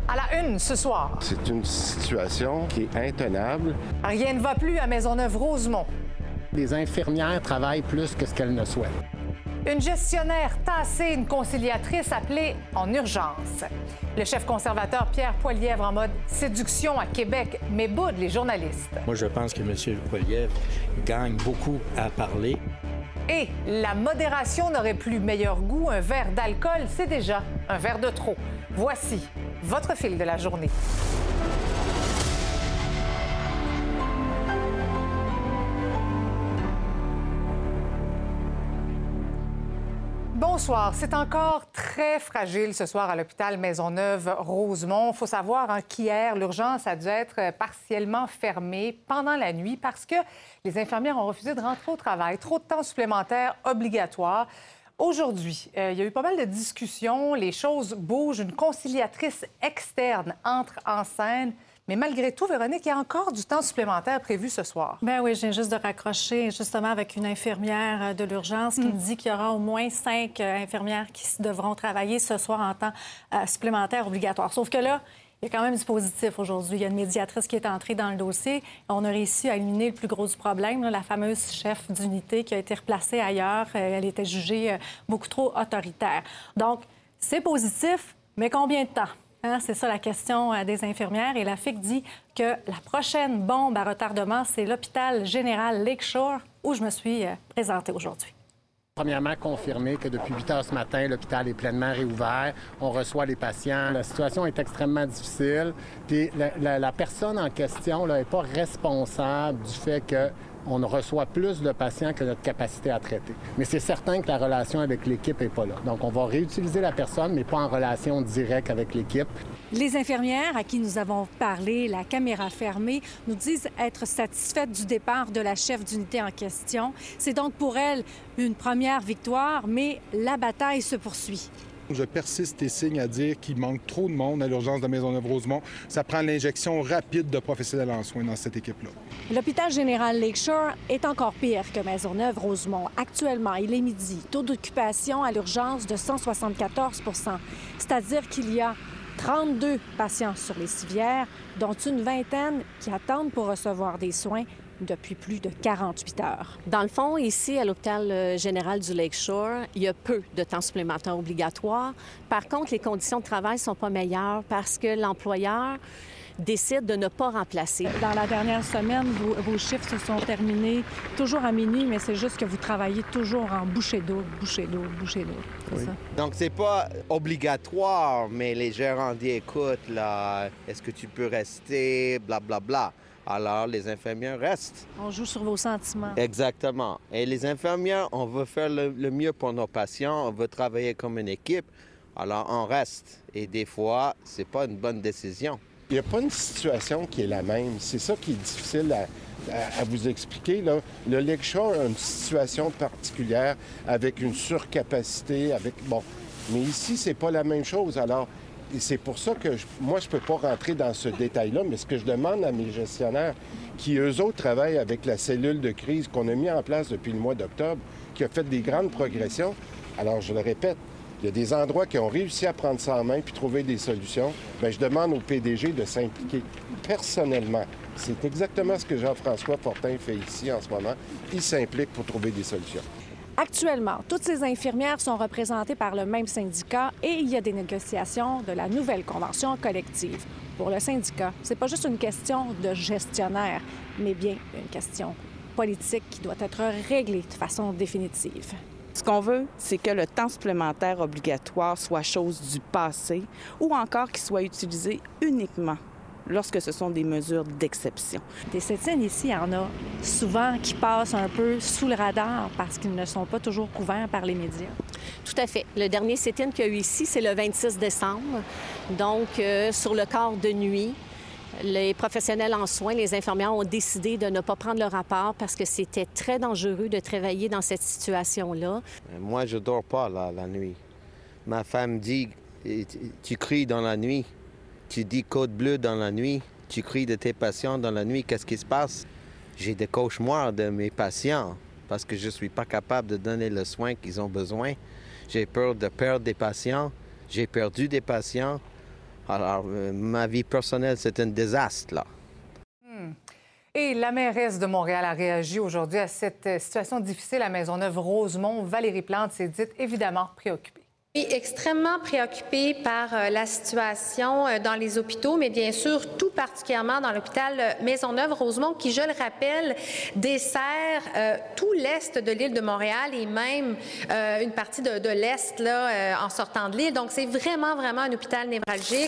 À la une ce soir. C'est une situation qui est intenable. Rien ne va plus à Maisonneuve-Rosemont. Les infirmières travaillent plus que ce qu'elles ne souhaitent. Une gestionnaire tassée, une conciliatrice appelée en urgence. Le chef conservateur Pierre Poilievre en mode séduction à Québec, mais boude les journalistes. Moi, je pense que M. Poilievre gagne beaucoup à parler. Et la modération n'aurait plus meilleur goût. Un verre d'alcool, c'est déjà un verre de trop. Voici votre fil de la journée. Bonsoir. C'est encore très fragile ce soir à l'hôpital Maisonneuve-Rosemont. Il faut savoir qu'hier, l'urgence a dû être partiellement fermée pendant la nuit parce que les infirmières ont refusé de rentrer au travail. Trop de temps supplémentaire obligatoire. Aujourd'hui, il y a eu pas mal de discussions. Les choses bougent. Une conciliatrice externe entre en scène. Mais malgré tout, Véronique, il y a encore du temps supplémentaire prévu ce soir. Bien oui, je viens juste de raccrocher justement avec une infirmière de l'urgence qui me dit qu'il y aura au moins 5 infirmières qui devront travailler ce soir en temps supplémentaire obligatoire. Sauf que là, il y a quand même du positif aujourd'hui. Il y a une médiatrice qui est entrée dans le dossier. On a réussi à éliminer le plus gros du problème, la fameuse chef d'unité qui a été replacée ailleurs. Elle était jugée beaucoup trop autoritaire. Donc, c'est positif, mais combien de temps? C'est ça la question des infirmières. Et la FIC dit que la prochaine bombe à retardement, c'est l'hôpital général Lakeshore, où je me suis présentée aujourd'hui. Premièrement, confirmer que depuis 8 heures ce matin, l'hôpital est pleinement réouvert. On reçoit les patients. La situation est extrêmement difficile. Puis la personne en question n'est pas responsable du fait qu'on reçoit plus de patients que notre capacité à traiter. Mais c'est certain que la relation avec l'équipe n'est pas là. Donc, on va réutiliser la personne, mais pas en relation directe avec l'équipe. Les infirmières à qui nous avons parlé, la caméra fermée, nous disent être satisfaites du départ de la chef d'unité en question. C'est donc pour elles une première victoire, mais la bataille se poursuit. Je persiste et signe à dire qu'il manque trop de monde à l'urgence de Maisonneuve-Rosemont. Ça prend l'injection rapide de professionnels en soins dans cette équipe-là. L'hôpital général Lakeshore est encore pire que Maisonneuve-Rosemont. Actuellement, il est midi. Taux d'occupation à l'urgence de 174 %. C'est-à-dire qu'il y a 32 patients sur les civières, dont une vingtaine qui attendent pour recevoir des soins depuis plus de 48 heures. Dans le fond, ici, à l'hôpital général du Lakeshore, il y a peu de temps supplémentaire obligatoire. Par contre, les conditions de travail ne sont pas meilleures parce que l'employeur décide de ne pas remplacer. Dans la dernière semaine, vos chiffres se sont terminés toujours à minuit, mais c'est juste que vous travaillez toujours en bouchée d'eau, bouchée d'eau, bouchée d'eau. C'est ça? Donc, c'est pas obligatoire, mais les gérants disent, écoute, là, est-ce que tu peux rester, blablabla. Bla, bla. Alors, les infirmières restent. On joue sur vos sentiments. Exactement. Et les infirmières, on veut faire le mieux pour nos patients, on veut travailler comme une équipe, alors on reste. Et des fois, c'est pas une bonne décision. Il n'y a pas une situation qui est la même. C'est ça qui est difficile à vous expliquer. Là. Le Lakeshore a une situation particulière avec une surcapacité, mais ici, c'est pas la même chose. Alors, c'est pour ça que moi, je peux pas rentrer dans ce détail-là, mais ce que je demande à mes gestionnaires, qui eux autres travaillent avec la cellule de crise qu'on a mis en place depuis le mois d'octobre, qui a fait des grandes progressions. Alors, je le répète, il y a des endroits qui ont réussi à prendre ça en main puis trouver des solutions. Bien, je demande au PDG de s'impliquer personnellement. C'est exactement ce que Jean-François Fortin fait ici en ce moment. Il s'implique pour trouver des solutions. Actuellement, toutes ces infirmières sont représentées par le même syndicat et il y a des négociations de la nouvelle convention collective. Pour le syndicat, c'est pas juste une question de gestionnaire, mais bien une question politique qui doit être réglée de façon définitive. Ce qu'on veut, c'est que le temps supplémentaire obligatoire soit chose du passé ou encore qu'il soit utilisé uniquement lorsque ce sont des mesures d'exception. Des sit-ins ici, il y en a souvent qui passent un peu sous le radar parce qu'ils ne sont pas toujours couverts par les médias. Tout à fait. Le dernier sit-in qu'il y a eu ici, c'est le 26 décembre. Donc, sur le quart de nuit, les professionnels en soins, les infirmières ont décidé de ne pas prendre le rapport parce que c'était très dangereux de travailler dans cette situation-là. Moi, je dors pas la nuit. Ma femme dit, tu cries dans la nuit. Tu dis code bleu dans la nuit, tu cries de tes patients dans la nuit, qu'est-ce qui se passe? J'ai des cauchemars de mes patients parce que je ne suis pas capable de donner le soin qu'ils ont besoin. J'ai peur de perdre des patients, j'ai perdu des patients. Alors, ma vie personnelle, c'est un désastre, là. Et la mairesse de Montréal a réagi aujourd'hui à cette situation difficile à Maisonneuve-Rosemont. Valérie Plante s'est dite évidemment préoccupée. Je suis extrêmement préoccupée par la situation dans les hôpitaux, mais bien sûr, tout particulièrement dans l'hôpital Maisonneuve-Rosemont, qui, je le rappelle, dessert tout l'est de l'île de Montréal et même une partie de l'est là, en sortant de l'île. Donc, c'est vraiment un hôpital névralgique.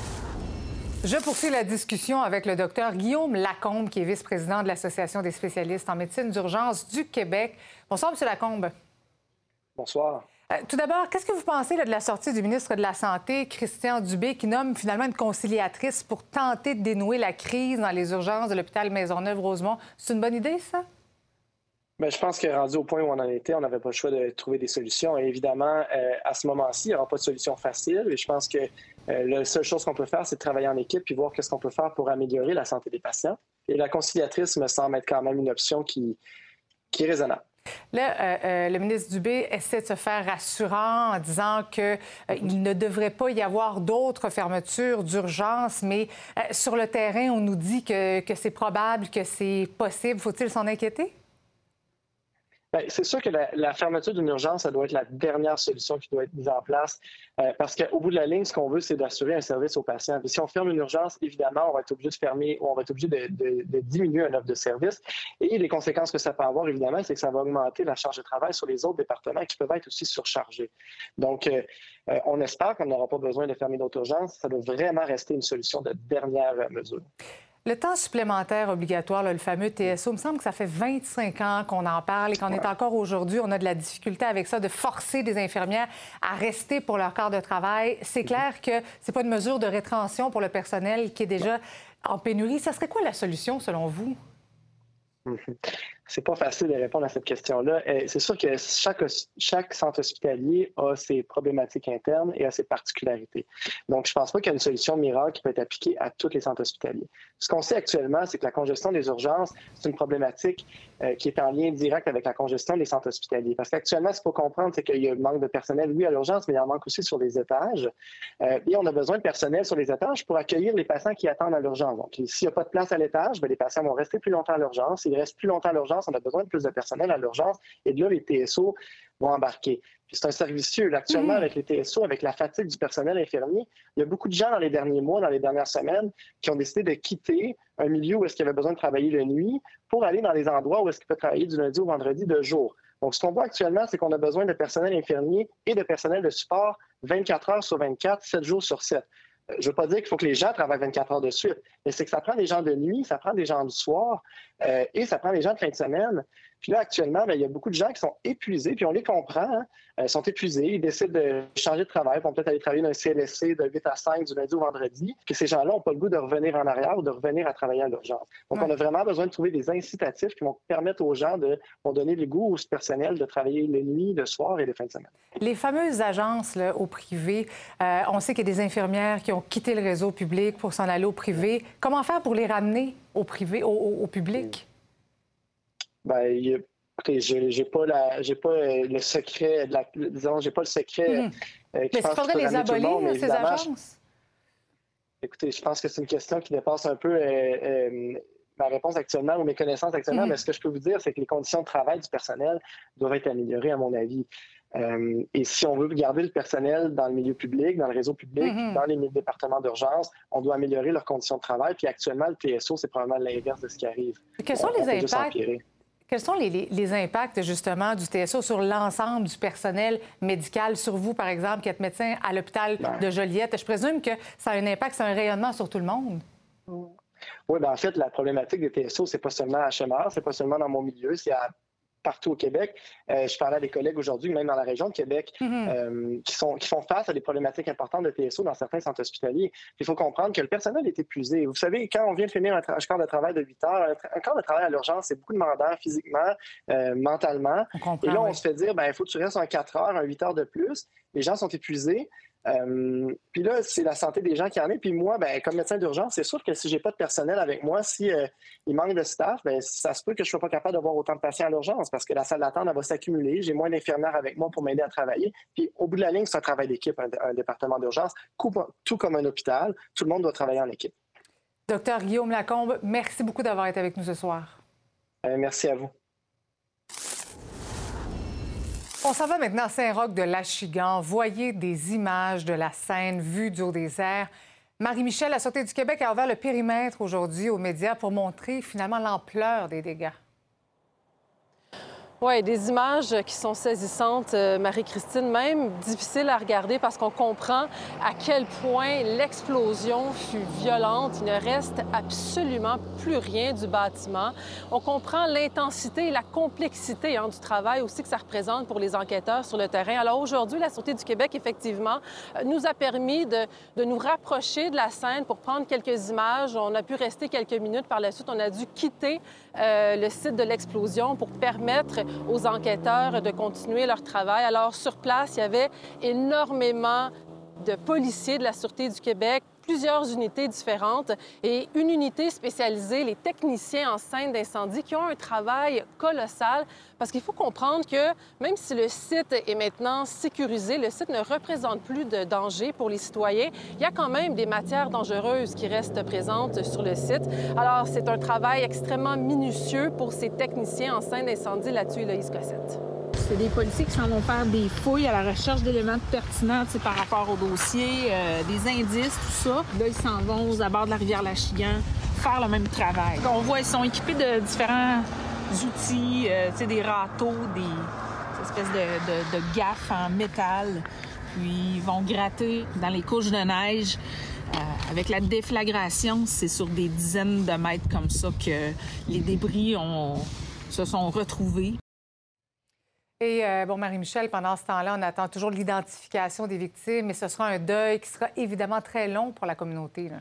Je poursuis la discussion avec le docteur Guillaume Lacombe, qui est vice-président de l'Association des spécialistes en médecine d'urgence du Québec. Bonsoir, M. Lacombe. Bonsoir. Tout d'abord, qu'est-ce que vous pensez là, de la sortie du ministre de la Santé, Christian Dubé, qui nomme finalement une conciliatrice pour tenter de dénouer la crise dans les urgences de l'hôpital Maisonneuve-Rosemont? C'est une bonne idée, ça? Bien, je pense que rendu au point où on en était, on n'avait pas le choix de trouver des solutions. Et évidemment, à ce moment-ci, il n'y aura pas de solution facile. Et je pense que la seule chose qu'on peut faire, c'est de travailler en équipe puis voir qu'est-ce qu'on peut faire pour améliorer la santé des patients. Et la conciliatrice me semble être quand même une option qui est raisonnable. Là, le ministre Dubé essaie de se faire rassurant en disant qu'il ne devrait pas y avoir d'autres fermetures d'urgence, mais sur le terrain, on nous dit que c'est probable, que c'est possible. Faut-il s'en inquiéter? Bien, c'est sûr que la fermeture d'une urgence, ça doit être la dernière solution qui doit être mise en place parce qu'au bout de la ligne, ce qu'on veut, c'est d'assurer un service aux patients. Puis si on ferme une urgence, évidemment, on va être obligé de fermer ou on va être obligé de diminuer un offre de service. Et les conséquences que ça peut avoir, évidemment, c'est que ça va augmenter la charge de travail sur les autres départements qui peuvent être aussi surchargés. Donc, on espère qu'on n'aura pas besoin de fermer d'autres urgences. Ça doit vraiment rester une solution de dernière mesure. Le temps supplémentaire obligatoire, là, le fameux TSO, il me semble que ça fait 25 ans qu'on en parle et qu'on est encore aujourd'hui, on a de la difficulté avec ça, de forcer des infirmières à rester pour leur quart de travail. C'est clair que c'est pas une mesure de rétention pour le personnel qui est déjà en pénurie. Ça serait quoi la solution, selon vous? C'est pas facile de répondre à cette question-là. C'est sûr que chaque centre hospitalier a ses problématiques internes et a ses particularités. Donc, je pense pas qu'il y a une solution miracle qui peut être appliquée à tous les centres hospitaliers. Ce qu'on sait actuellement, c'est que la congestion des urgences, c'est une problématique qui est en lien direct avec la congestion des centres hospitaliers. Parce qu'actuellement, ce qu'il faut comprendre, c'est qu'il y a un manque de personnel, oui, à l'urgence, mais il y en manque aussi sur les étages. Et on a besoin de personnel sur les étages pour accueillir les patients qui attendent à l'urgence. Donc, s'il n'y a pas de place à l'étage, bien, les patients vont rester plus longtemps à l'urgence. S'ils restent plus longtemps à l'urgence, on a besoin de plus de personnel à l'urgence. Et de là, les TSO vont embarquer. Puis c'est un service vicieux. Actuellement, avec les TSO, avec la fatigue du personnel infirmier, il y a beaucoup de gens dans les derniers mois, dans les dernières semaines, qui ont décidé de quitter un milieu où est-ce qu'ils avaient besoin de travailler de nuit pour aller dans des endroits où est-ce qu'ils peuvent travailler du lundi au vendredi de jour. Donc, ce qu'on voit actuellement, c'est qu'on a besoin de personnel infirmier et de personnel de support 24 heures sur 24, 7 jours sur 7. Je ne veux pas dire qu'il faut que les gens travaillent 24 heures de suite, mais c'est que ça prend des gens de nuit, ça prend des gens du soir et ça prend des gens de fin de semaine. Puis là, actuellement, bien, il y a beaucoup de gens qui sont épuisés, puis on les comprend, hein, ils sont épuisés, ils décident de changer de travail, vont peut-être aller travailler dans un CLSC de 8 à 5 du lundi au vendredi, puis ces gens-là n'ont pas le goût de revenir en arrière ou de revenir à travailler à l'urgence. Donc, on a vraiment besoin de trouver des incitatifs qui vont permettre aux gens vont donner le goût au personnel de travailler les nuits, le soir et les fins de semaine. Les fameuses agences là, au privé, on sait qu'il y a des infirmières qui ont quitté le réseau public pour s'en aller au privé. Comment faire pour les ramener au privé, au public? Bien, écoutez, j'ai pas le secret, j'ai pas le secret. Mais il faudrait les abolir, ces agences? Écoutez, je pense que c'est une question qui dépasse un peu ma réponse actuellement ou mes connaissances actuellement, mais ce que je peux vous dire, c'est que les conditions de travail du personnel doivent être améliorées, à mon avis. Et si on veut garder le personnel dans le milieu public, dans le réseau public, dans les départements d'urgence, on doit améliorer leurs conditions de travail. Puis actuellement, le TSO, c'est probablement l'inverse de ce qui arrive. Quels sont les impacts? Quels sont les impacts, justement, du TSO sur l'ensemble du personnel médical, sur vous, par exemple, qui êtes médecin à l'hôpital de Joliette? Je présume que ça a un impact, c'est un rayonnement sur tout le monde. Oui, bien, en fait, la problématique des TSO, c'est pas seulement à HMR, c'est pas seulement dans mon milieu, c'est partout au Québec. Je parlais à des collègues aujourd'hui, même dans la région de Québec, qui font face à des problématiques importantes de TSO dans certains centres hospitaliers. Il faut comprendre que le personnel est épuisé. Vous savez, quand on vient de finir un quart de travail de 8 heures, un quart de travail à l'urgence, c'est beaucoup demandant physiquement, mentalement. Et là, on se fait dire, il faut que tu restes un 4 heures, un 8 heures de plus. Les gens sont épuisés. Puis là, c'est la santé des gens qui en est. Puis moi, comme médecin d'urgence, c'est sûr que si j'ai pas de personnel avec moi, si il manque de staff, ça se peut que je sois pas capable d'avoir autant de patients à l'urgence parce que la salle d'attente, elle va s'accumuler. J'ai moins d'infirmières avec moi pour m'aider à travailler. Puis au bout de la ligne, c'est un travail d'équipe, un département d'urgence, tout comme un hôpital. Tout le monde doit travailler en équipe. Docteur Guillaume Lacombe, merci beaucoup d'avoir été avec nous ce soir. Merci à vous. On s'en va maintenant à Saint-Roch-de-L'Achigan. Voyez des images de la scène vue du haut des airs. Marie-Michel, la Sûreté du Québec a ouvert le périmètre aujourd'hui aux médias pour montrer finalement l'ampleur des dégâts. Oui, des images qui sont saisissantes, Marie-Christine, même difficiles à regarder parce qu'on comprend à quel point l'explosion fut violente. Il ne reste absolument plus rien du bâtiment. On comprend l'intensité et la complexité du travail aussi que ça représente pour les enquêteurs sur le terrain. Alors aujourd'hui, la Sûreté du Québec, effectivement, nous a permis de nous rapprocher de la scène pour prendre quelques images. On a pu rester quelques minutes. Par la suite, on a dû quitter le site de l'explosion pour permettre aux enquêteurs de continuer leur travail. Alors, sur place, il y avait énormément de policiers de la Sûreté du Québec, plusieurs unités différentes et une unité spécialisée, les techniciens en scène d'incendie, qui ont un travail colossal parce qu'il faut comprendre que même si le site est maintenant sécurisé, le site ne représente plus de danger pour les citoyens. Il y a quand même des matières dangereuses qui restent présentes sur le site. Alors, c'est un travail extrêmement minutieux pour ces techniciens en scène d'incendie. Là-dessus, Héloïse Cossette. C'est des policiers qui s'en vont faire des fouilles à la recherche d'éléments pertinents par rapport au dossier, des indices, tout ça. Là, ils s'en vont aux abords de la rivière L'Achigan faire le même travail. On voit, ils sont équipés de différents outils, des râteaux, des espèces de gaffes en métal. Puis ils vont gratter dans les couches de neige. Avec la déflagration, c'est sur des dizaines de mètres comme ça que les débris se sont retrouvés. Et Marie-Michel, pendant ce temps-là, on attend toujours l'identification des victimes, mais ce sera un deuil qui sera évidemment très long pour la communauté.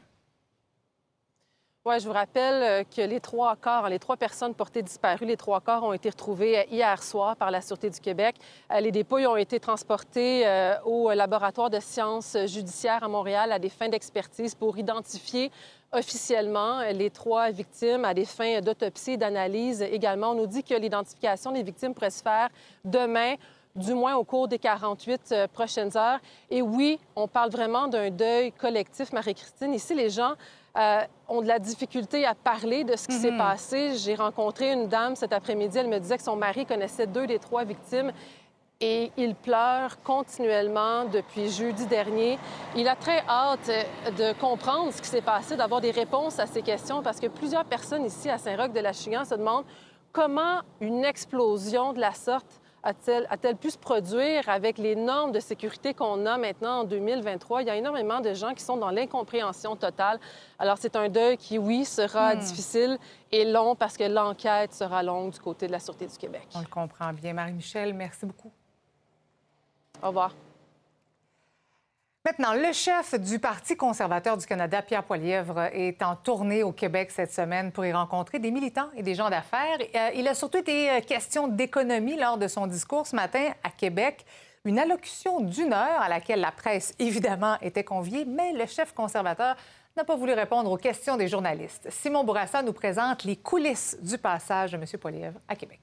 Oui, je vous rappelle que les trois personnes portées disparues, les 3 corps ont été retrouvés hier soir par la Sûreté du Québec. Les dépouilles ont été transportées au laboratoire de sciences judiciaires à Montréal à des fins d'expertise pour identifier officiellement les 3 victimes à des fins d'autopsie et d'analyse. Également, on nous dit que l'identification des victimes pourrait se faire demain, du moins au cours des 48 prochaines heures. Et oui, on parle vraiment d'un deuil collectif, Marie-Christine. Ici, les gens ont de la difficulté à parler de ce qui s'est passé. J'ai rencontré une dame cet après-midi. Elle me disait que son mari connaissait 2 des 3 victimes. Et il pleure continuellement depuis jeudi dernier. Il a très hâte de comprendre ce qui s'est passé, d'avoir des réponses à ces questions, parce que plusieurs personnes ici à Saint-Roch-de-L'Achigan se demandent comment une explosion de la sorte a-t-elle pu se produire avec les normes de sécurité qu'on a maintenant en 2023? Il y a énormément de gens qui sont dans l'incompréhension totale. Alors, c'est un deuil qui, oui, sera difficile et long parce que l'enquête sera longue du côté de la Sûreté du Québec. On le comprend bien. Marie-Michel, merci beaucoup. Au revoir. Maintenant, le chef du Parti conservateur du Canada, Pierre Poilievre, est en tournée au Québec cette semaine pour y rencontrer des militants et des gens d'affaires. Il a surtout été question d'économie lors de son discours ce matin à Québec. Une allocution d'1 heure à laquelle la presse, évidemment, était conviée, mais le chef conservateur n'a pas voulu répondre aux questions des journalistes. Simon Bourassa nous présente les coulisses du passage de M. Poilievre à Québec.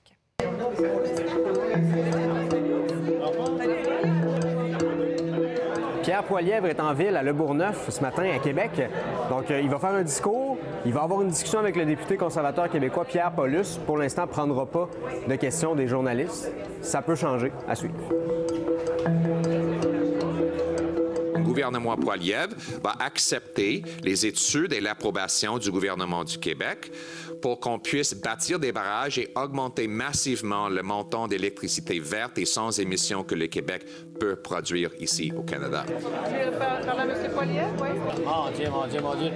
Pierre Poilievre est en ville à Le Bourgneuf ce matin à Québec. Donc, il va faire un discours. Il va avoir une discussion avec le député conservateur québécois Pierre Paulus. Pour l'instant, il ne prendra pas de questions des journalistes. Ça peut changer. À suivre. Le gouvernement Poilievre va accepter les études et l'approbation du gouvernement du Québec pour qu'on puisse bâtir des barrages et augmenter massivement le montant d'électricité verte et sans émissions que le Québec peut produire ici au Canada. Parle à M. Poilievre, oui. Mon Dieu,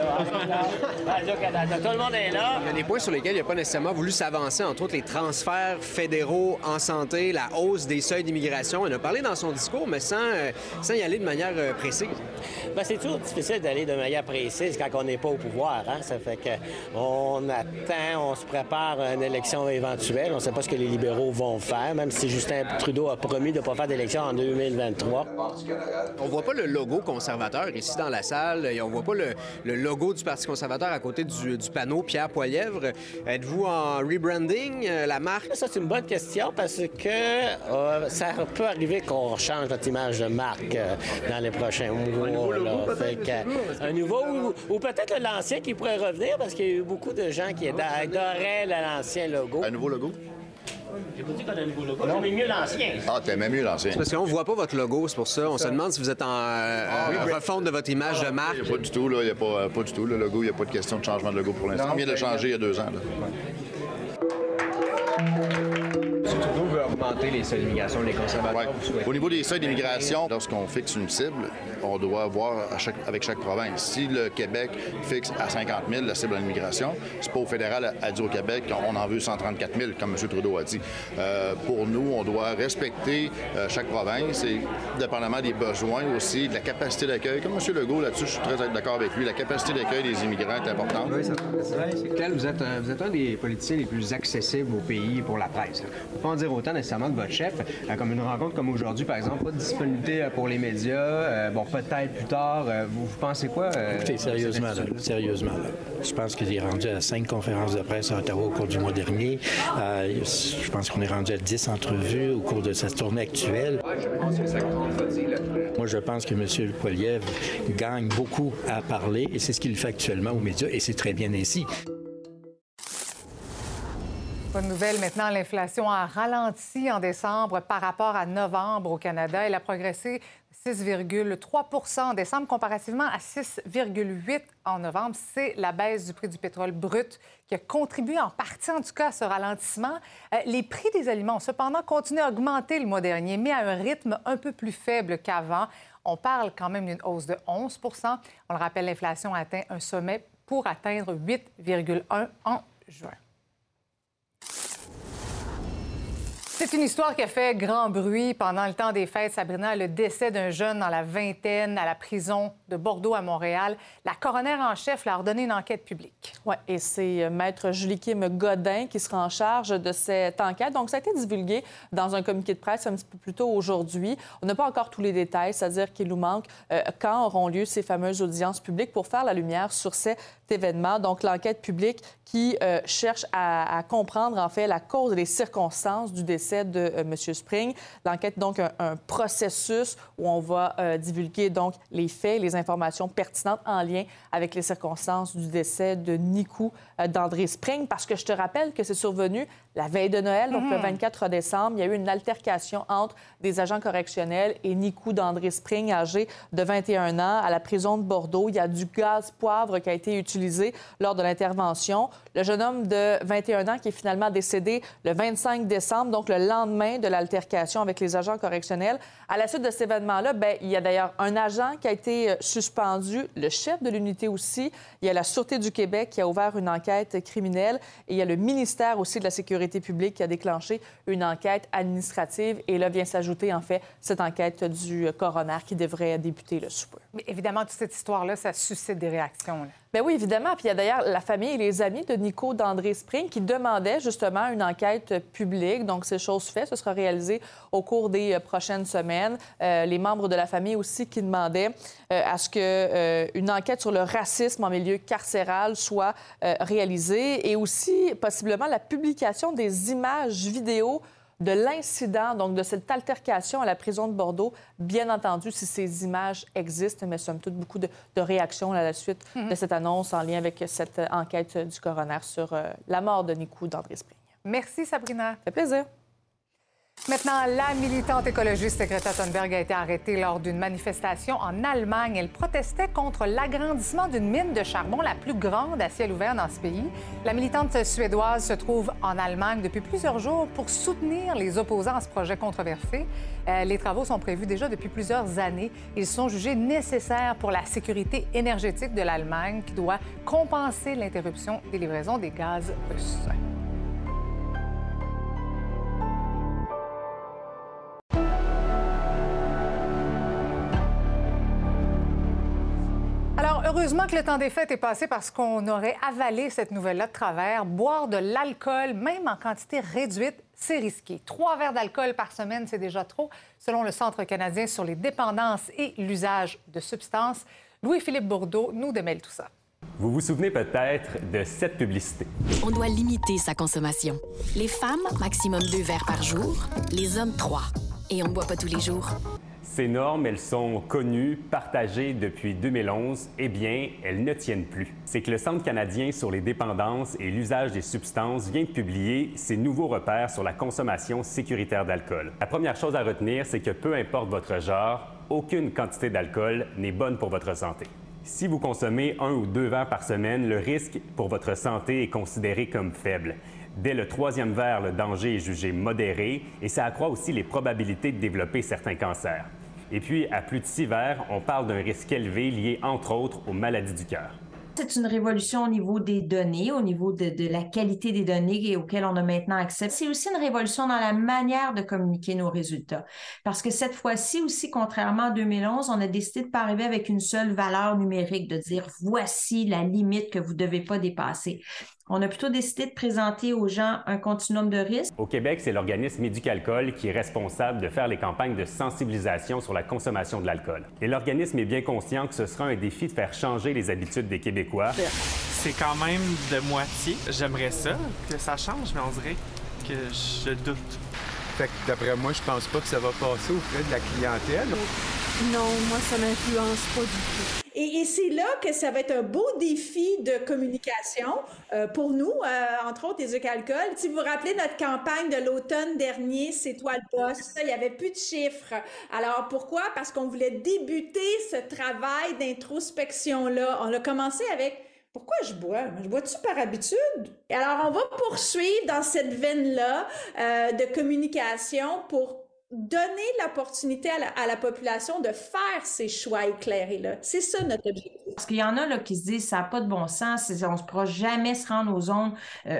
tout le monde est là. Il y a des points sur lesquels il n'a pas nécessairement voulu s'avancer, entre autres les transferts fédéraux en santé, la hausse des seuils d'immigration. Il a parlé dans son discours, mais sans y aller de manière précise. Bien, c'est toujours difficile d'aller de manière précise quand on n'est pas au pouvoir. Hein? Ça fait qu'on attend, on se prépare à une élection éventuelle. On ne sait pas ce que les libéraux vont faire, même si Justin Trudeau a promis de ne pas faire d'élection en 2023. On voit pas le logo conservateur ici dans la salle. Et on voit pas le logo du Parti conservateur à côté du panneau Pierre Poilievre. Êtes-vous en rebranding, la marque? Ça, c'est une bonne question parce que ça peut arriver qu'on change notre image de marque dans les prochains mois. Un nouveau ou peut-être l'ancien qui pourrait revenir parce qu'il y a eu beaucoup de gens qui adoraient l'ancien logo. Un nouveau logo? J'ai pas dit qu'on a un nouveau logo, j'aimais mieux l'ancien. Ah, t'aimais mieux l'ancien. Parce qu'on voit pas votre logo, c'est pour ça. On se demande si vous êtes en refonte de votre image de marque. Pas du tout, là. Il n'y a pas du tout. Le logo, il n'y a pas de question de changement de logo pour l'instant. On vient de le changer il y a 2 ans. Là. Trudeau veut augmenter les seuils d'immigration, les conservateurs. Ouais. Au niveau des seuils d'immigration, lorsqu'on fixe une cible, on doit voir avec chaque province. Si le Québec fixe à 50 000 la cible en immigration, c'est pas au fédéral à dire au Québec qu'on en veut 134 000, comme M. Trudeau a dit. Pour nous, on doit respecter chaque province et, dépendamment des besoins aussi, de la capacité d'accueil. Comme M. Legault, là-dessus, je suis très d'accord avec lui, la capacité d'accueil des immigrants est importante. Oui, Claude, vous êtes un des politiciens les plus accessibles au pays pour la presse. On peut pas en dire autant nécessairement de votre chef, comme une rencontre comme aujourd'hui, par exemple, pas de disponibilité pour les médias, peut-être plus tard. Vous pensez quoi? Écoutez, sérieusement, je pense qu'il est rendu à 5 conférences de presse à Ottawa au cours du mois dernier. Je pense qu'on est rendu à 10 entrevues au cours de sa tournée actuelle. Moi, je pense que M. Poilievre gagne beaucoup à parler et c'est ce qu'il fait actuellement aux médias et c'est très bien ainsi. Bonne nouvelle maintenant, l'inflation a ralenti en décembre par rapport à novembre au Canada. Elle a progressé 6,3 en décembre comparativement à 6,8 en novembre. C'est la baisse du prix du pétrole brut qui a contribué en partie, en tout cas, à ce ralentissement. Les prix des aliments ont cependant continué à augmenter le mois dernier, mais à un rythme un peu plus faible qu'avant. On parle quand même d'une hausse de 11 On le rappelle, l'inflation a atteint un sommet pour atteindre 8,1 en juin. C'est une histoire qui a fait grand bruit pendant le temps des fêtes, Sabrina. Le décès d'un jeune dans la vingtaine à la prison de Bordeaux à Montréal. La coroner en chef a ordonné une enquête publique. Oui, et c'est Maître Julie-Kim Godin qui sera en charge de cette enquête. Donc, ça a été divulgué dans un communiqué de presse un petit peu plus tôt aujourd'hui. On n'a pas encore tous les détails, c'est-à-dire qu'il nous manque quand auront lieu ces fameuses audiences publiques pour faire la lumière sur cet événement. Donc, l'enquête publique qui cherche à comprendre, en fait, la cause et les circonstances du décès de M. Spring. L'enquête, donc, un processus où on va divulguer, donc, les faits, les informations pertinentes en lien avec les circonstances du décès de Nikou d'André Spring, parce que je te rappelle que c'est survenu la veille de Noël, donc le 24 décembre. Il y a eu une altercation entre des agents correctionnels et Nikou d'André Spring, âgé de 21 ans, à la prison de Bordeaux. Il y a du gaz poivre qui a été utilisé lors de l'intervention. Le jeune homme de 21 ans qui est finalement décédé le 25 décembre, donc le lendemain de l'altercation avec les agents correctionnels. À la suite de cet événement-là, il y a d'ailleurs un agent qui a été suspendu, le chef de l'unité aussi. Il y a la Sûreté du Québec qui a ouvert une enquête criminelle et il y a le ministère aussi de la Sécurité publique qui a déclenché une enquête administrative. Et là vient s'ajouter, en fait, cette enquête du coroner qui devrait débuter le sous peu. Mais évidemment, toute cette histoire-là, ça suscite des réactions. Là. Bien oui, évidemment. Puis il y a d'ailleurs la famille et les amis de Nikou d'André Spring qui demandaient justement une enquête publique. Donc, c'est chose faite. Ce sera réalisé au cours des prochaines semaines. Les membres de la famille aussi qui demandaient à ce qu'une enquête sur le racisme en milieu carcéral soit réalisée et aussi possiblement la publication des images vidéo de l'incident, donc de cette altercation à la prison de Bordeaux, bien entendu, si ces images existent, mais somme toute, beaucoup de réactions à la suite de cette annonce en lien avec cette enquête du coroner sur la mort de Nikou d'André Spring. Merci, Sabrina. Ça fait plaisir. Maintenant, la militante écologiste Greta Thunberg a été arrêtée lors d'une manifestation en Allemagne. Elle protestait contre l'agrandissement d'une mine de charbon, la plus grande à ciel ouvert dans ce pays. La militante suédoise se trouve en Allemagne depuis plusieurs jours pour soutenir les opposants à ce projet controversé. Les travaux sont prévus déjà depuis plusieurs années. Ils sont jugés nécessaires pour la sécurité énergétique de l'Allemagne qui doit compenser l'interruption des livraisons des gaz russes. Heureusement que le temps des fêtes est passé parce qu'on aurait avalé cette nouvelle-là de travers. Boire de l'alcool, même en quantité réduite, c'est risqué. 3 verres d'alcool par semaine, c'est déjà trop, selon le Centre canadien sur les dépendances et l'usage de substances. Louis-Philippe Bourdeau nous démêle tout ça. Vous vous souvenez peut-être de cette publicité. On doit limiter sa consommation. Les femmes, maximum 2 verres par jour. Les hommes, 3. Et on ne boit pas tous les jours. Ces normes, elles sont connues, partagées depuis 2011. Eh bien, elles ne tiennent plus. C'est que le Centre canadien sur les dépendances et l'usage des substances vient de publier ses nouveaux repères sur la consommation sécuritaire d'alcool. La première chose à retenir, c'est que peu importe votre genre, aucune quantité d'alcool n'est bonne pour votre santé. Si vous consommez 1 ou 2 verres par semaine, le risque pour votre santé est considéré comme faible. Dès le 3e verre, le danger est jugé modéré et ça accroît aussi les probabilités de développer certains cancers. Et puis, à plus de 6 verres, on parle d'un risque élevé lié, entre autres, aux maladies du cœur. C'est une révolution au niveau des données, au niveau de la qualité des données auxquelles on a maintenant accès. C'est aussi une révolution dans la manière de communiquer nos résultats. Parce que cette fois-ci aussi, contrairement à 2011, on a décidé de ne pas arriver avec une seule valeur numérique, de dire voici la limite que vous ne devez pas dépasser. On a plutôt décidé de présenter aux gens un continuum de risques. Au Québec, c'est l'organisme Éducalcool qui est responsable de faire les campagnes de sensibilisation sur la consommation de l'alcool. Et l'organisme est bien conscient que ce sera un défi de faire changer les habitudes des Québécois. C'est quand même de moitié. J'aimerais ça, que ça change, mais on dirait que je doute. Fait que d'après moi, je pense pas que ça va passer auprès de la clientèle. Non, moi, ça m'influence pas du tout. Et c'est là que ça va être un beau défi de communication pour nous, entre autres les Éducalcool. Si vous vous rappelez notre campagne de l'automne dernier, C'est toi le boss, il n'y avait plus de chiffres. Alors pourquoi? Parce qu'on voulait débuter ce travail d'introspection-là. On a commencé avec « Pourquoi je bois? Je bois-tu par habitude? » Et alors on va poursuivre dans cette veine-là de communication pour donner l'opportunité à la population de faire ces choix éclairés-là. C'est ça notre objectif. Parce qu'il y en a là, qui se disent ça n'a pas de bon sens, on ne pourra jamais se rendre aux zones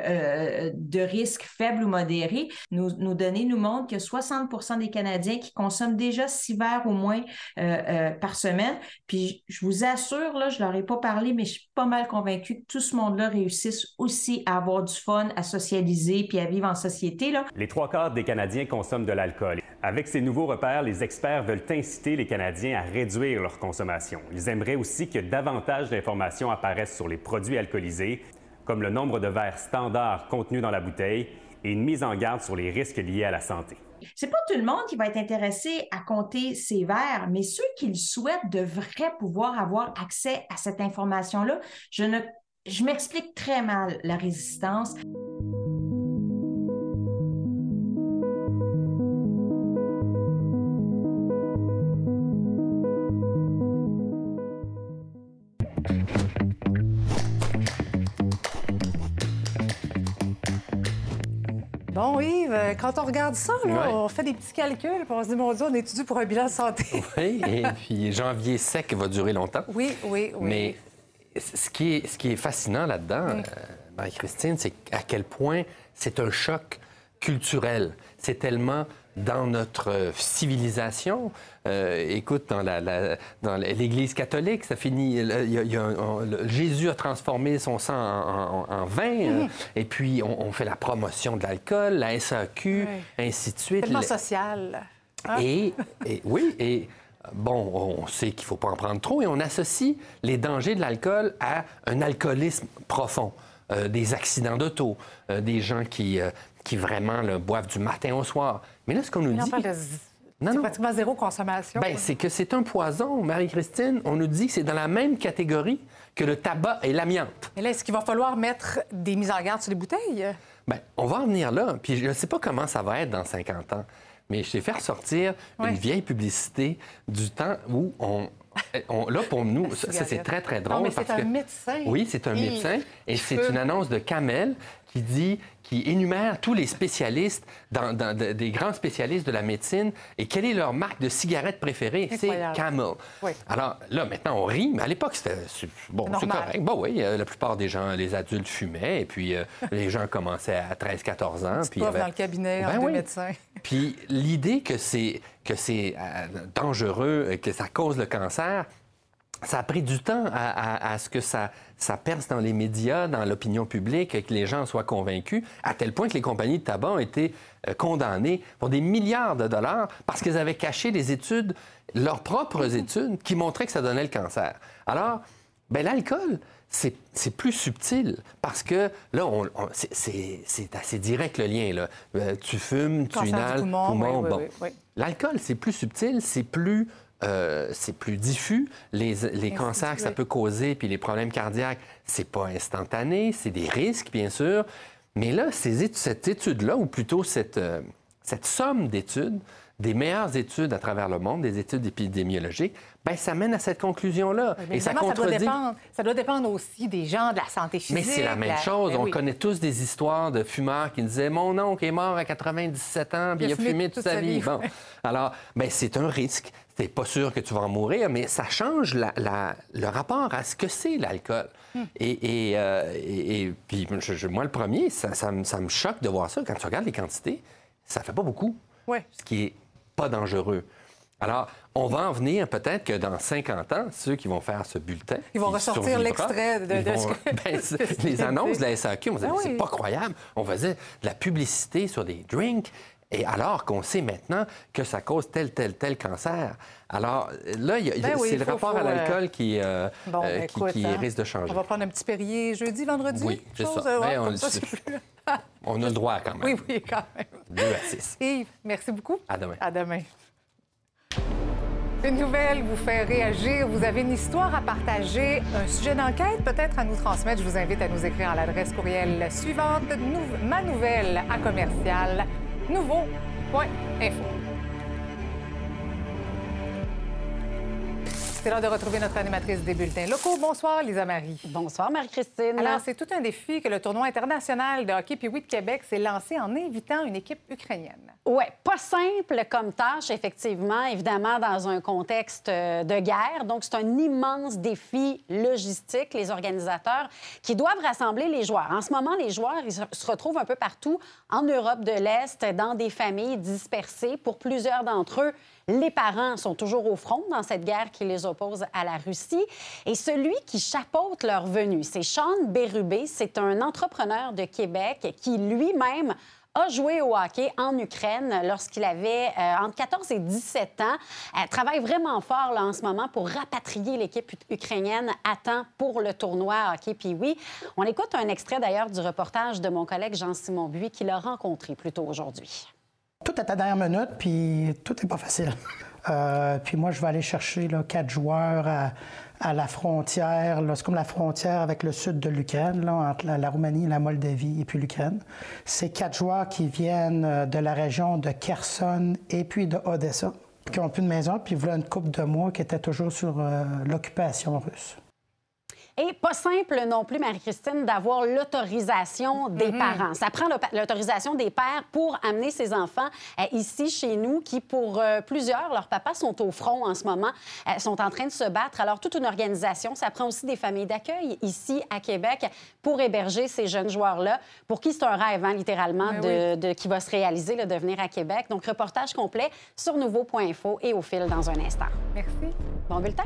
de risque faibles ou modérés. Nos données nous montrent que 60% des Canadiens qui consomment déjà 6 verres au moins par semaine. Puis je vous assure, là, je ne leur ai pas parlé, mais je suis pas mal convaincue que tout ce monde-là réussisse aussi à avoir du fun, à socialiser puis à vivre en société. Là. Les 3/4 des Canadiens consomment de l'alcool. Avec ces nouveaux repères, les experts veulent inciter les Canadiens à réduire leur consommation. Ils aimeraient aussi que davantage d'informations apparaissent sur les produits alcoolisés, comme le nombre de verres standards contenus dans la bouteille et une mise en garde sur les risques liés à la santé. C'est pas tout le monde qui va être intéressé à compter ces verres, mais ceux qui le souhaitent devraient pouvoir avoir accès à cette information-là. Je m'explique très mal la résistance. Bon, Yves, quand on regarde ça, là, ouais. On fait des petits calculs, puis on se dit, mon Dieu, on étudie pour un bilan de santé. Oui, et puis janvier sec va durer longtemps. Oui. Mais ce qui est fascinant là-dedans, Marie-Christine, c'est à quel point c'est un choc culturel. C'est tellement dans notre civilisation. Écoute, dans l'Église catholique, ça finit... Jésus a transformé son sang en vin, et puis on fait la promotion de l'alcool, la SAQ, ainsi de suite. Tellement social. Hein? Et bon, on sait qu'il ne faut pas en prendre trop, et on associe les dangers de l'alcool à un alcoolisme profond. Des accidents d'auto, des gens qui vraiment boivent du matin au soir. Mais là, ce qu'on nous dit... C'est pratiquement zéro consommation. Bien, c'est que c'est un poison, Marie-Christine. On nous dit que c'est dans la même catégorie que le tabac et l'amiante. Mais là, est-ce qu'il va falloir mettre des mises en garde sur les bouteilles? Bien, on va en venir là. Puis je ne sais pas comment ça va être dans 50 ans. Mais je t'ai fait ressortir une vieille publicité du temps où là, pour nous, ça c'est très, très drôle. Non, mais c'est un médecin. Oui, c'est un médecin. Et c'est une annonce de Camel qui énumère tous les spécialistes, des grands spécialistes de la médecine, et quelle est leur marque de cigarette préférée? C'est Camel. Oui. Alors là, maintenant, on rit, mais à l'époque, c'est correct. Bon, oui, la plupart des gens, les adultes fumaient, et puis les gens commençaient à 13-14 ans. Puis dans le cabinet, entre deux médecins. Puis l'idée que c'est dangereux, que ça cause le cancer, ça a pris du temps à ce que ça perce dans les médias, dans l'opinion publique, que les gens soient convaincus, à tel point que les compagnies de tabac ont été condamnées pour des milliards de dollars parce qu'elles avaient caché les études, leurs propres études, qui montraient que ça donnait le cancer. Alors, bien, l'alcool, c'est plus subtil parce que là, c'est assez direct le lien. Là. Tu fumes, tu inhales, poumon, bon. Oui. L'alcool, c'est plus subtil, c'est plus diffus. Les cancers que ça peut causer, puis les problèmes cardiaques, c'est pas instantané, c'est des risques, bien sûr. Mais là, cette étude-là, ou plutôt cette somme d'études, des meilleures études à travers le monde, des études épidémiologiques, bien, ça mène à cette conclusion-là. Et ça contredit... Ça doit dépendre aussi des gens, de la santé physique. Mais c'est la même chose. On connaît tous des histoires de fumeurs qui disaient « Mon oncle est mort à 97 ans, puis il a fumé toute sa vie. » Bon. Alors, bien, c'est un risque. C'est pas sûr que tu vas en mourir, mais ça change le rapport à ce que c'est l'alcool. Et puis, moi, le premier, ça me choque de voir ça. Quand tu regardes les quantités, ça fait pas beaucoup. Ce qui est pas dangereux. Alors, on va en venir peut-être que dans 50 ans, ceux qui vont faire ce bulletin... Ils vont ressortir l'extrait de ce que... les annonces de la SAQ, on va dire, c'est pas croyable. On faisait de la publicité sur des drinks, et alors qu'on sait maintenant que ça cause tel cancer. Alors là, c'est le rapport à l'alcool qui risque de changer. On va prendre un petit Perrier jeudi, vendredi? Oui, c'est ça. On a le droit quand même. Oui, quand même. 2-6. Yves, merci beaucoup. À demain. À demain. Une nouvelle vous fait réagir. Vous avez une histoire à partager, un sujet d'enquête peut-être à nous transmettre. Je vous invite à nous écrire à l'adresse courriel suivante, manouvelle@nouveau.info. C'est l'heure de retrouver notre animatrice des bulletins locaux. Bonsoir, Lisa Marie. Bonsoir, Marie-Christine. Alors, c'est tout un défi que le tournoi international de hockey Pee-Wee de Québec s'est lancé en invitant une équipe ukrainienne. Oui, pas simple comme tâche, effectivement, évidemment, dans un contexte de guerre. Donc, c'est un immense défi logistique, les organisateurs, qui doivent rassembler les joueurs. En ce moment, les joueurs, ils se retrouvent un peu partout en Europe de l'Est, dans des familles dispersées. Pour plusieurs d'entre eux, les parents sont toujours au front dans cette guerre qui les oppose à la Russie. Et celui qui chapeaute leur venue, c'est Sean Bérubé. C'est un entrepreneur de Québec qui lui-même a joué au hockey en Ukraine lorsqu'il avait entre 14 et 17 ans. Travaille vraiment fort là, en ce moment pour rapatrier l'équipe ukrainienne à temps pour le tournoi hockey Pee-Wee. On écoute un extrait d'ailleurs du reportage de mon collègue Jean-Simon Buis qui l'a rencontré plus tôt aujourd'hui. Tout est à dernière minute, puis tout n'est pas facile. Puis moi, je vais aller chercher 4 joueurs à la frontière. C'est comme la frontière avec le sud de l'Ukraine, entre la Roumanie, la Moldavie et puis l'Ukraine. C'est 4 joueurs qui viennent de la région de Kherson et puis de Odessa, qui n'ont plus de maison, puis voilà une couple de mois qui étaient toujours sur l'occupation russe. Et pas simple non plus, Marie-Christine, d'avoir l'autorisation des parents. Ça prend l'autorisation des pères pour amener ses enfants ici, chez nous, qui, pour plusieurs, leurs papas sont au front en ce moment, sont en train de se battre. Alors, toute une organisation, ça prend aussi des familles d'accueil ici, à Québec, pour héberger ces jeunes joueurs-là, pour qui c'est un rêve, littéralement, qui va se réaliser, de venir à Québec. Donc, reportage complet sur nouveau.info et au fil dans un instant. Merci. Bon bulletin.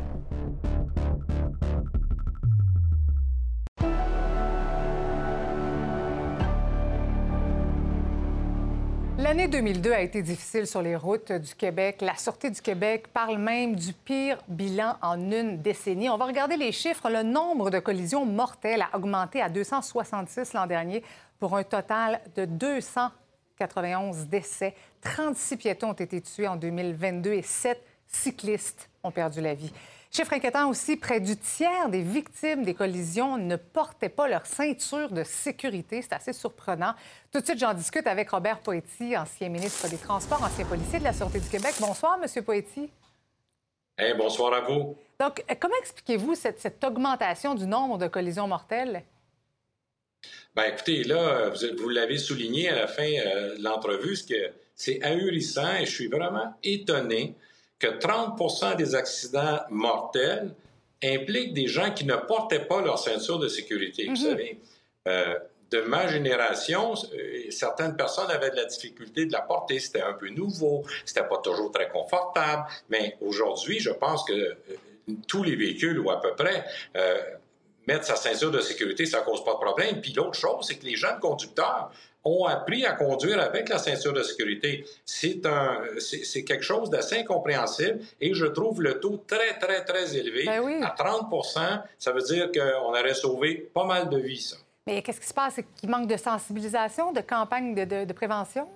L'année 2002 a été difficile sur les routes du Québec. La Sûreté du Québec parle même du pire bilan en une décennie. On va regarder les chiffres. Le nombre de collisions mortelles a augmenté à 266 l'an dernier pour un total de 291 décès. 36 piétons ont été tués en 2022 et 7 cyclistes ont perdu la vie. Chiffre inquiétant aussi, près du tiers des victimes des collisions ne portaient pas leur ceinture de sécurité. C'est assez surprenant. Tout de suite, j'en discute avec Robert Poetti, ancien ministre des Transports, ancien policier de la Sûreté du Québec. Bonsoir, M. Poetti. Bonsoir à vous. Donc, comment expliquez-vous cette augmentation du nombre de collisions mortelles? Bien, écoutez, là, vous l'avez souligné à la fin de l'entrevue, c'est ahurissant et je suis vraiment étonné que 30 des accidents mortels impliquent des gens qui ne portaient pas leur ceinture de sécurité. Vous savez, de ma génération, certaines personnes avaient de la difficulté de la porter. C'était un peu nouveau, c'était pas toujours très confortable. Mais aujourd'hui, je pense que tous les véhicules, ou à peu près, mettre sa ceinture de sécurité, ça ne cause pas de problème. Puis l'autre chose, c'est que les jeunes conducteurs ont appris à conduire avec la ceinture de sécurité. C'est quelque chose d'assez incompréhensible et je trouve le taux très, très, très élevé. Ben oui. À 30 %, ça veut dire qu'on aurait sauvé pas mal de vies, ça. Mais qu'est-ce qui se passe? C'est qu'il manque de sensibilisation, de campagne de prévention?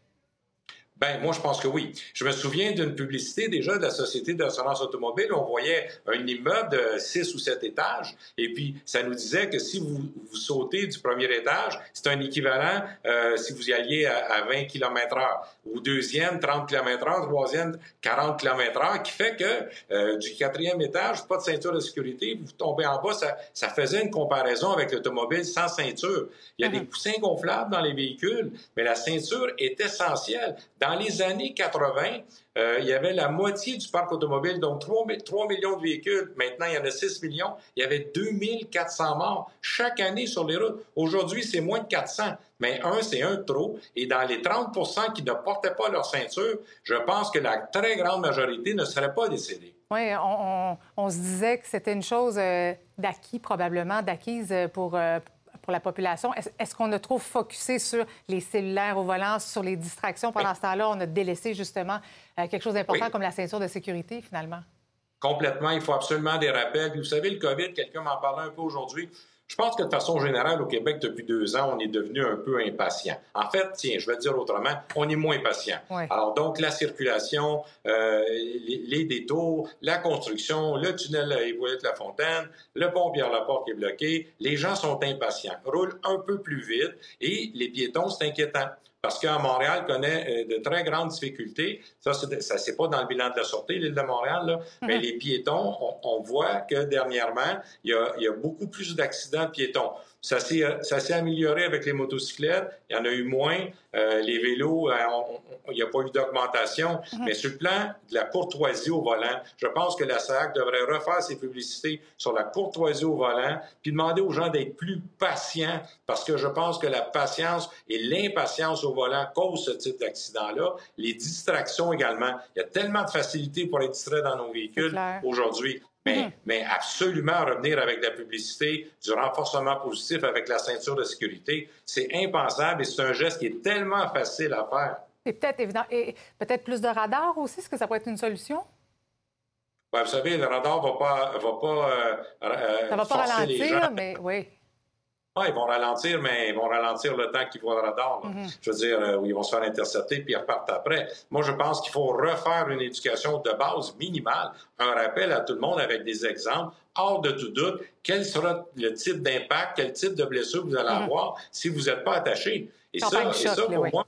Ben, moi, je pense que oui. Je me souviens d'une publicité déjà de la Société d'assurance automobile. On voyait un immeuble de 6 ou 7 étages et puis ça nous disait que si vous sautez du premier étage, c'est un équivalent si vous y alliez à 20 km/h. Au deuxième, 30 km/h. Troisième, 40 km/h, qui fait que du quatrième étage, pas de ceinture de sécurité, vous tombez en bas. Ça faisait une comparaison avec l'automobile sans ceinture. Il y a des coussins gonflables dans les véhicules, mais la ceinture est essentielle. Dans les années 80, il y avait la moitié du parc automobile, donc 3 millions de véhicules. Maintenant, il y en a 6 millions. Il y avait 2400 morts chaque année sur les routes. Aujourd'hui, c'est moins de 400. Mais c'est un de trop. Et dans les 30 % qui ne portaient pas leur ceinture, je pense que la très grande majorité ne serait pas décédée. Oui, on se disait que c'était une chose d'acquis, probablement, d'acquise pour la population. Est-ce qu'on a trop focusé sur les cellulaires au volant, sur les distractions? Pendant ce temps-là, on a délaissé justement quelque chose d'important comme la ceinture de sécurité, finalement. Complètement. Il faut absolument des rappels. Puis vous savez, le COVID, quelqu'un m'en parlait un peu aujourd'hui. Je pense que de façon générale, au Québec, depuis 2 ans, on est devenu un peu impatient. En fait, tiens, je vais le dire autrement, on est moins patient. Oui. Alors donc, la circulation, les détours, la construction, le tunnel Hippolyte-Lafontaine, le pont Pierre-Laporte qui est bloqué, les gens sont impatients, roulent un peu plus vite et les piétons, c'est inquiétant. Parce que Montréal connaît de très grandes difficultés. Ça c'est pas dans le bilan de la Sûreté, l'île de Montréal, là. Mais les piétons, on voit que dernièrement, il y a beaucoup plus d'accidents de piétons. Ça s'est amélioré avec les motocyclettes. Il y en a eu moins. Les vélos, il n'y a pas eu d'augmentation. Mais sur le plan de la courtoisie au volant, je pense que la SAC devrait refaire ses publicités sur la courtoisie au volant puis demander aux gens d'être plus patients parce que je pense que la patience et l'impatience au volant causent ce type d'accident-là. Les distractions également. Il y a tellement de facilité pour être distrait dans nos véhicules aujourd'hui. Mais absolument revenir avec de la publicité, du renforcement positif avec la ceinture de sécurité, c'est impensable et c'est un geste qui est tellement facile à faire. C'est peut-être évident. Et peut-être plus de radars aussi, est-ce que ça pourrait être une solution? Bien, vous savez, le radar va pas ça va pas ralentir, les gens. Mais oui. Ah, ils vont ralentir, mais ils vont ralentir le temps qu'ils voient le radar. Je veux dire, ils vont se faire intercepter puis ils repartent après. Moi, je pense qu'il faut refaire une éducation de base minimale, un rappel à tout le monde avec des exemples, hors de tout doute, quel sera le type d'impact, quel type de blessure vous allez avoir si vous n'êtes pas attaché. Et ça, pour moi,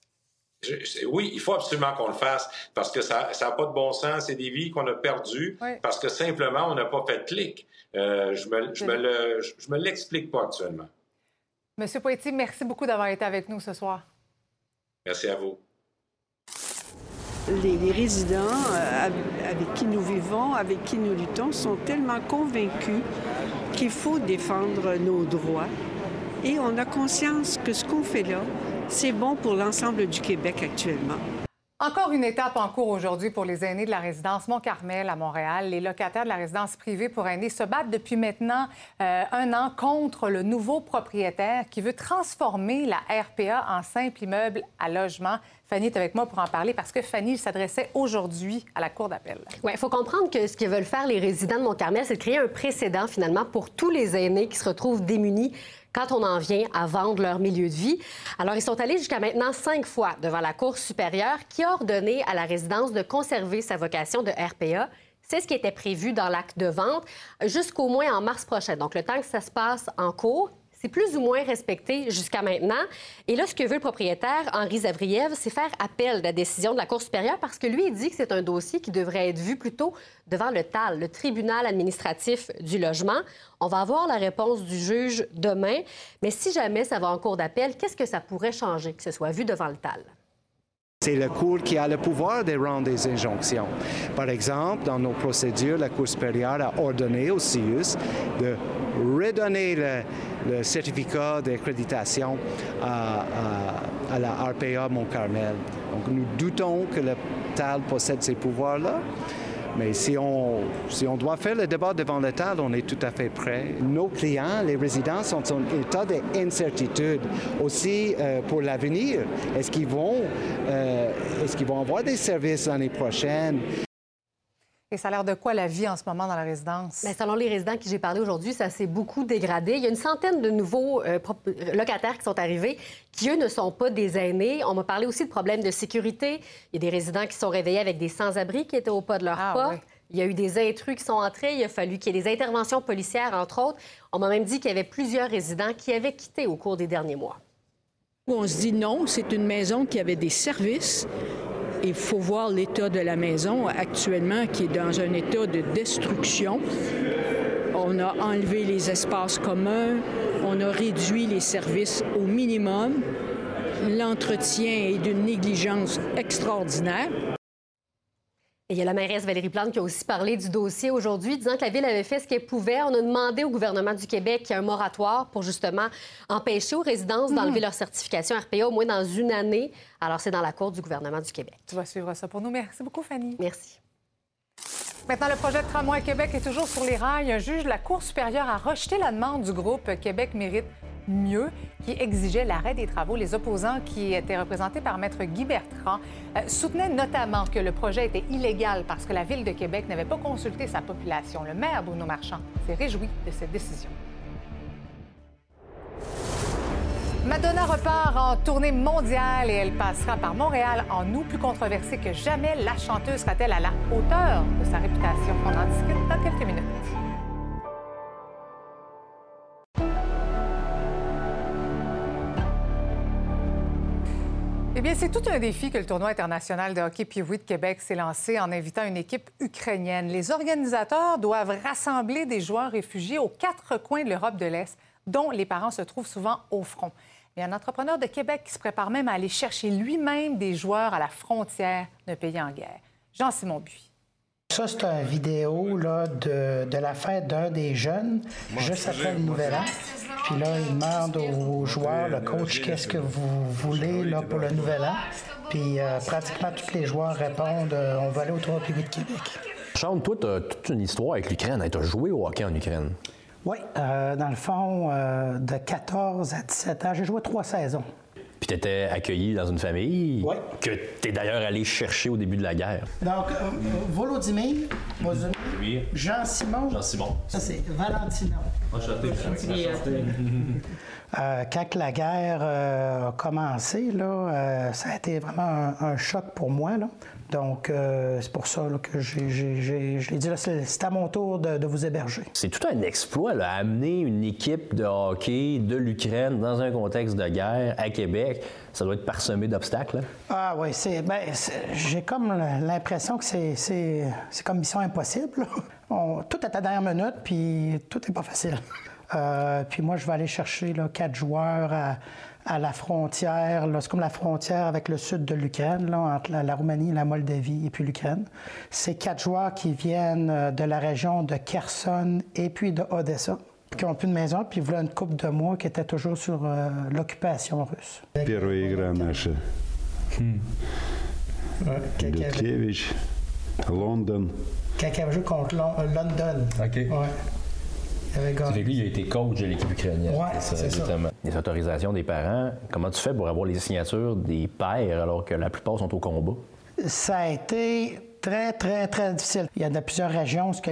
oui, il faut absolument qu'on le fasse parce que ça n'a pas de bon sens. C'est des vies qu'on a perdues parce que simplement, on n'a pas fait de clic. Je me l'explique pas actuellement. Monsieur Poitier, merci beaucoup d'avoir été avec nous ce soir. Merci à vous. Les résidents avec qui nous vivons, avec qui nous luttons, sont tellement convaincus qu'il faut défendre nos droits. Et on a conscience que ce qu'on fait là, c'est bon pour l'ensemble du Québec actuellement. Encore une étape en cours aujourd'hui pour les aînés de la résidence Mont-Carmel à Montréal. Les locataires de la résidence privée pour aînés se battent depuis maintenant 1 an contre le nouveau propriétaire qui veut transformer la RPA en simple immeuble à logement. Fanny est avec moi pour en parler parce que Fanny s'adressait aujourd'hui à la Cour d'appel. Oui, il faut comprendre que ce que veulent faire les résidents de Mont-Carmel, c'est de créer un précédent finalement pour tous les aînés qui se retrouvent démunis quand on en vient à vendre leur milieu de vie. Alors, ils sont allés jusqu'à maintenant 5 fois devant la Cour supérieure qui a ordonné à la résidence de conserver sa vocation de RPA. C'est ce qui était prévu dans l'acte de vente jusqu'au moins en mars prochain. Donc, le temps que ça se passe en cours, c'est plus ou moins respecté jusqu'à maintenant. Et là, ce que veut le propriétaire, Henri Zavriev, c'est faire appel de la décision de la Cour supérieure parce que lui, il dit que c'est un dossier qui devrait être vu plutôt devant le TAL, le tribunal administratif du logement. On va avoir la réponse du juge demain. Mais si jamais ça va en cours d'appel, qu'est-ce que ça pourrait changer, que ce soit vu devant le TAL? C'est la Cour qui a le pouvoir de rendre des injonctions. Par exemple, dans nos procédures, la Cour supérieure a ordonné au CIUS de redonner le certificat d'accréditation à la RPA Mont-Carmel. Donc, nous doutons que le TAL possède ces pouvoirs-là. Mais si on doit faire le débat devant l'État, on est tout à fait prêt. Nos clients, les résidents, sont en état d'incertitude. Aussi, pour l'avenir, est-ce qu'ils vont avoir des services l'année prochaine? Et ça a l'air de quoi la vie en ce moment dans la résidence? Bien, selon les résidents qui j'ai parlé aujourd'hui, ça s'est beaucoup dégradé. Il y a une centaine de nouveaux locataires qui sont arrivés, qui, eux, ne sont pas des aînés. On m'a parlé aussi de problèmes de sécurité. Il y a des résidents qui sont réveillés avec des sans-abri qui étaient au pas de leur porte. Oui. Il y a eu des intrus qui sont entrés. Il a fallu qu'il y ait des interventions policières, entre autres. On m'a même dit qu'il y avait plusieurs résidents qui avaient quitté au cours des derniers mois. On se dit non, c'est une maison qui avait des services. Il faut voir l'état de la maison actuellement qui est dans un état de destruction. On a enlevé les espaces communs, on a réduit les services au minimum. L'entretien est d'une négligence extraordinaire. Et il y a la mairesse Valérie Plante qui a aussi parlé du dossier aujourd'hui, disant que la Ville avait fait ce qu'elle pouvait. On a demandé au gouvernement du Québec qu'il y ait un moratoire pour justement empêcher aux résidences d'enlever leur certification RPA au moins dans une année. Alors, c'est dans la cour du gouvernement du Québec. Tu vas suivre ça pour nous. Merci beaucoup, Fanny. Merci. Maintenant, le projet de tramway à Québec est toujours sur les rails. Un juge de la Cour supérieure a rejeté la demande du groupe Québec mérite mieux, qui exigeait l'arrêt des travaux. Les opposants, qui étaient représentés par Maître Guy Bertrand, soutenaient notamment que le projet était illégal parce que la Ville de Québec n'avait pas consulté sa population. Le maire Bruno Marchand s'est réjoui de cette décision. Madonna repart en tournée mondiale et elle passera par Montréal en août. Plus controversée que jamais, la chanteuse sera-t-elle à la hauteur de sa réputation? On en discute dans quelques minutes. Eh bien, c'est tout un défi que le tournoi international de hockey Pee-Wee de Québec s'est lancé en invitant une équipe ukrainienne. Les organisateurs doivent rassembler des joueurs réfugiés aux 4 coins de l'Europe de l'Est, dont les parents se trouvent souvent au front. Il y a un entrepreneur de Québec qui se prépare même à aller chercher lui-même des joueurs à la frontière d'un pays en guerre. Jean-Simon Buis. Ça, c'est une vidéo là, de la fête d'un des jeunes, juste après le Nouvel An. Puis là, il demande aux joueurs, le coach, qu'est-ce que vous voulez là, pour le Nouvel An? Puis pratiquement tous les joueurs répondent, on va aller au tournoi Pee-Wee de Québec. Sean, toi, tu as toute une histoire avec l'Ukraine. Tu as joué au hockey en Ukraine. Oui, dans le fond, de 14 à 17 ans, j'ai joué 3 saisons. Puis tu étais accueilli dans une famille que tu es d'ailleurs allé chercher au début de la guerre. Donc, Volodymyr, Jean-Simon. Jean-Simon. Ça, c'est Valentino. Enchanté. Quand la guerre a commencé, là, ça a été vraiment un choc pour moi. Là. Donc, c'est pour ça là, que je l'ai dit, là, c'est à mon tour de vous héberger. C'est tout un exploit, là, amener une équipe de hockey de l'Ukraine dans un contexte de guerre à Québec. Ça doit être parsemé d'obstacles. Là. Ah oui, j'ai comme l'impression que c'est comme mission impossible. Tout est à la dernière minute, puis tout n'est pas facile. Puis moi, je vais aller chercher là, 4 joueurs à la frontière. C'est comme la frontière avec le sud de l'Ukraine, là, entre la Roumanie, la Moldavie et puis l'Ukraine. C'est 4 joueurs qui viennent de la région de Kherson et puis de Odessa, qui n'ont plus de maison, puis voilà une couple de mois qui étaient toujours sur l'occupation russe. Первая игра наша. Dutkevich, London. Quand il avait joué contre London. OK. Ouais. Lui, il a été coach de l'équipe ukrainienne. Oui, c'est ça. Les autorisations des parents, comment tu fais pour avoir les signatures des pères alors que la plupart sont au combat? Ça a été très, très, très difficile. Il y a de plusieurs régions où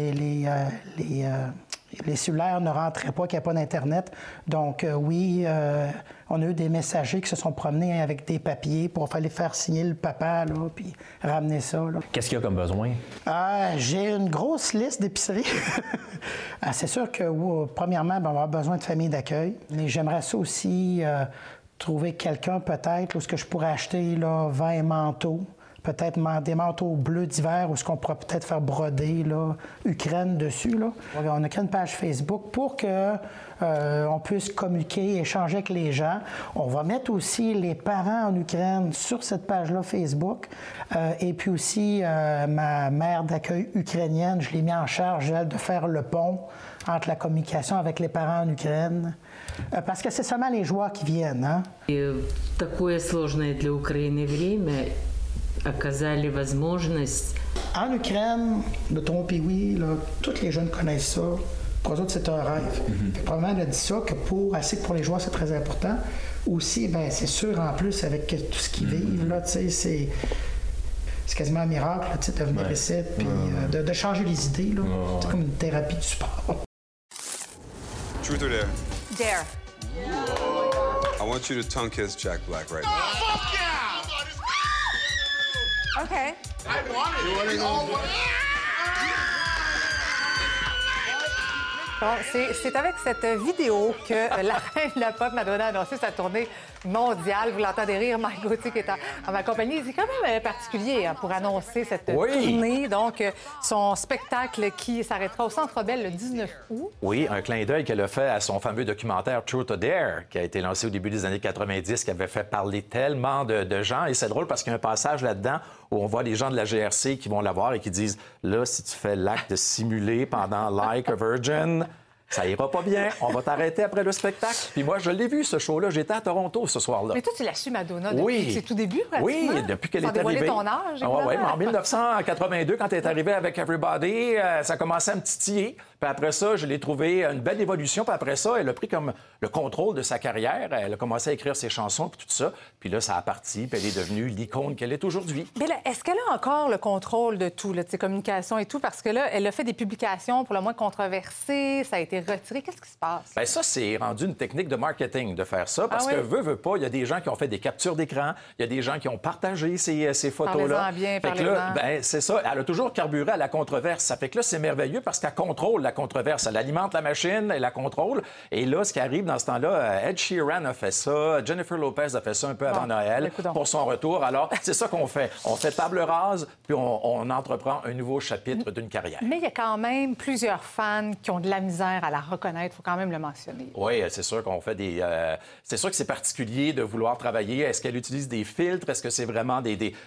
les cellulaires ne rentraient pas, qu'il n'y a pas d'Internet. Donc, on a eu des messagers qui se sont promenés avec des papiers pour aller faire signer le papa, là, puis ramener ça. Là. Qu'est-ce qu'il y a comme besoin? J'ai une grosse liste d'épiceries. C'est sûr que, premièrement, on va avoir besoin de famille d'accueil. Mais j'aimerais ça aussi trouver quelqu'un, peut-être, où ce que je pourrais acheter là, 20 manteaux. Peut-être des manteaux bleus d'hiver où ce qu'on pourrait peut-être faire broder là, Ukraine dessus. Là. On a créé une page Facebook pour que on puisse communiquer, échanger avec les gens. On va mettre aussi les parents en Ukraine sur cette page-là Facebook. Et puis aussi, ma mère d'accueil ukrainienne, je l'ai mis en charge, elle, de faire le pont entre la communication avec les parents en Ukraine. Parce que c'est seulement les joueurs qui viennent. Hein? Такое сложное для Украины время оказали возможность En Ukraine, le Toron-Pee-Wee, tous les jeunes connaissent ça. Pour eux autres, c'est un rêve. Probablement, elle a dit ça, que ainsi que pour les joueurs, c'est très important. Aussi, ben, c'est sûr, en plus, avec tout ce qu'ils vivent, là, c'est quasiment un miracle là, de venir ici, puis de changer les idées. C'est comme une thérapie du sport. Truth or dare? Dare. I want you to tongue kiss Jack Black right now. Fuck yeah! Okay. I want it. Bon, c'est avec cette vidéo que la reine de la pop Madonna a annoncé sa tournée mondiale. Vous l'entendez rire, Mike Gauthier qui est en ma compagnie. C'est quand même particulier pour annoncer cette tournée. Donc, son spectacle qui s'arrêtera au Centre Bell le 19 août. Oui, un clin d'œil qu'elle a fait à son fameux documentaire Truth or Dare, qui a été lancé au début des années 90, qui avait fait parler tellement de gens. Et c'est drôle parce qu'il y a un passage là-dedans où on voit les gens de la GRC qui vont la voir et qui disent « Là, si tu fais l'acte de simuler pendant Like a Virgin... » Ça ira pas bien. On va t'arrêter après le spectacle. Puis moi, je l'ai vu, ce show-là. J'étais à Toronto ce soir-là. Mais toi, tu l'as su, Madonna, depuis ses tout débuts, pratiquement. Oui, depuis qu'elle est arrivée. Ton âge, oui, mais en 1982, quand elle est arrivée avec Everybody, ça commençait à me titiller. Puis après ça, je l'ai trouvé une belle évolution. Puis après ça, elle a pris comme le contrôle de sa carrière. Elle a commencé à écrire ses chansons, puis tout ça. Puis là, ça a parti, puis elle est devenue l'icône qu'elle est aujourd'hui. Mais là, est-ce qu'elle a encore le contrôle de tout, de ses communications et tout? Parce que là, elle a fait des publications pour le moins controversées. Ça a été retiré. Qu'est-ce qui se passe? Bien, ça, c'est rendu une technique de marketing de faire ça. Parce que, veut pas, il y a des gens qui ont fait des captures d'écran. Il y a des gens qui ont partagé ces photos-là. Parlez-en bien, parlez-en. Bien, c'est ça. Elle a toujours carburé à la controverse. Ça fait que là, c'est merveilleux parce qu'elle contrôle la controverse. Elle alimente la machine, elle la contrôle. Et là, ce qui arrive dans ce temps-là, Ed Sheeran a fait ça, Jennifer Lopez a fait ça un peu avant Noël pour son retour. Alors, c'est ça qu'on fait. On fait table rase, puis on entreprend un nouveau chapitre d'une carrière. Mais il y a quand même plusieurs fans qui ont de la misère à la reconnaître. Il faut quand même le mentionner. Oui, c'est sûr qu'on fait des... c'est sûr que c'est particulier de vouloir travailler. Est-ce qu'elle utilise des filtres? Est-ce que c'est vraiment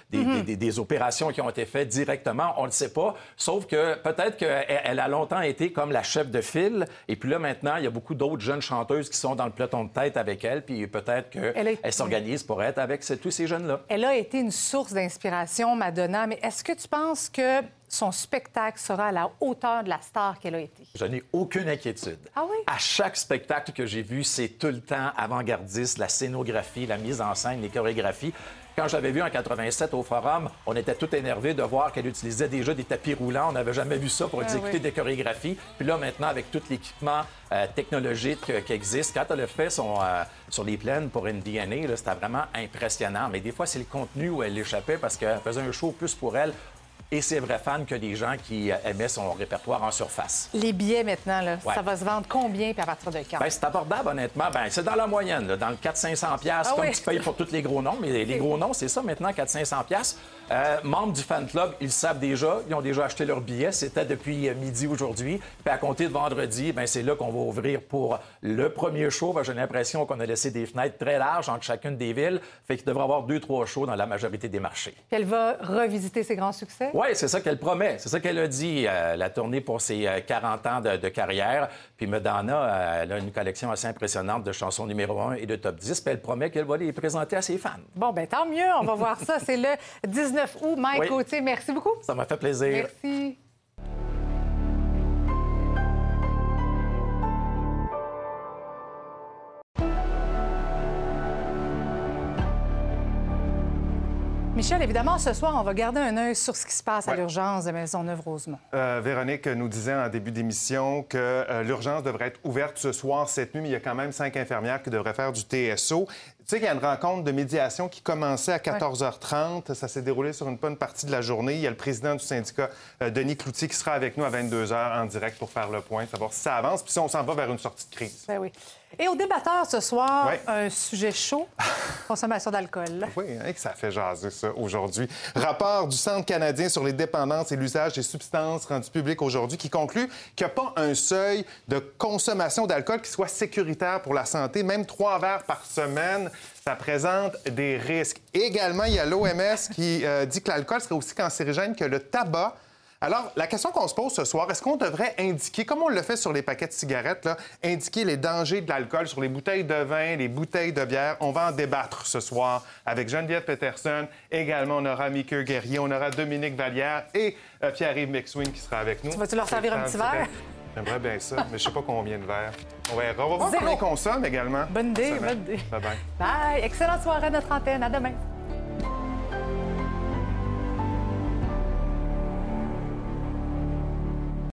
des opérations qui ont été faites directement? On ne le sait pas. Sauf que peut-être qu'elle a longtemps été comme la chef de file. Et puis là, maintenant, il y a beaucoup d'autres jeunes chanteuses qui sont dans le peloton de tête avec elle. Puis peut-être qu'elle s'organise pour être avec tous ces jeunes-là. Elle a été une source d'inspiration, Madonna. Mais est-ce que tu penses que son spectacle sera à la hauteur de la star qu'elle a été? Je n'ai aucune inquiétude. Ah oui? À chaque spectacle que j'ai vu, c'est tout le temps avant-gardiste, la scénographie, la mise en scène, les chorégraphies. Quand j'avais vu en 87 au Forum, on était tout énervés de voir qu'elle utilisait déjà des tapis roulants. On n'avait jamais vu ça pour exécuter des chorégraphies. Puis là, maintenant, avec tout l'équipement technologique qui existe, quand elle a fait sur les plaines pour NDNA, c'était vraiment impressionnant. Mais des fois, c'est le contenu où elle échappait parce qu'elle faisait un show plus pour elle et ses vrais fans que des gens qui aimaient son répertoire en surface. Les billets, maintenant, là, ça va se vendre combien et à partir de quand? Bien, c'est abordable, honnêtement. Bien, c'est dans la moyenne, là, dans le 400-500$, comme tu payes pour tous les gros noms. Mais les gros noms, c'est ça, maintenant, 400-500$. Membres du fan club, ils le savent déjà. Ils ont déjà acheté leurs billets. C'était depuis midi aujourd'hui. Puis à compter de vendredi, bien, c'est là qu'on va ouvrir pour le premier show. Ben, j'ai l'impression qu'on a laissé des fenêtres très larges entre chacune des villes. Fait qu'il devrait y avoir 2-3 shows dans la majorité des marchés. Puis elle va revisiter ses grands succès? Oui, c'est ça qu'elle promet. C'est ça qu'elle a dit, la tournée pour ses 40 ans de carrière. Puis Madonna, elle a une collection assez impressionnante de chansons numéro 1 et de top 10. Puis elle promet qu'elle va les présenter à ses fans. Bon, bien, tant mieux. On va voir ça. C'est le 19 août. Mike Gauthier, merci beaucoup. Ça m'a fait plaisir. Merci. Michel, évidemment, ce soir, on va garder un œil sur ce qui se passe à l'urgence de Maisonneuve-Rosemont. Véronique nous disait en début d'émission que l'urgence devrait être ouverte ce soir, cette nuit, mais il y a quand même 5 infirmières qui devraient faire du TSO. Tu sais qu'il y a une rencontre de médiation qui commençait à 14h30. Ça s'est déroulé sur une bonne partie de la journée. Il y a le président du syndicat, Denis Cloutier, qui sera avec nous à 22h en direct pour faire le point, savoir si ça avance, puis si on s'en va vers une sortie de crise. Ben oui. Et au débatteur ce soir, un sujet chaud, consommation d'alcool. Oui, hein, que ça fait jaser ça aujourd'hui. Rapport du Centre canadien sur les dépendances et l'usage des substances rendu public aujourd'hui qui conclut qu'il n'y a pas un seuil de consommation d'alcool qui soit sécuritaire pour la santé. Même 3 verres par semaine, ça présente des risques. Également, il y a l'OMS qui dit que l'alcool serait aussi cancérigène que le tabac, Alors, la question qu'on se pose ce soir, est-ce qu'on devrait indiquer, comme on le fait sur les paquets de cigarettes, là, indiquer les dangers de l'alcool sur les bouteilles de vin, les bouteilles de bière? On va en débattre ce soir avec Geneviève Peterson. Également, on aura Mickey Guerrier, on aura Dominique Vallière et Pierre-Yves McSween qui sera avec nous. Vas-tu leur servir un petit verre? J'aimerais bien ça, mais je sais pas combien de verres. On va voir combien ils consomment également. Bonne idée, bonne idée. Bye-bye. Bye! Excellente soirée à notre antenne. À demain.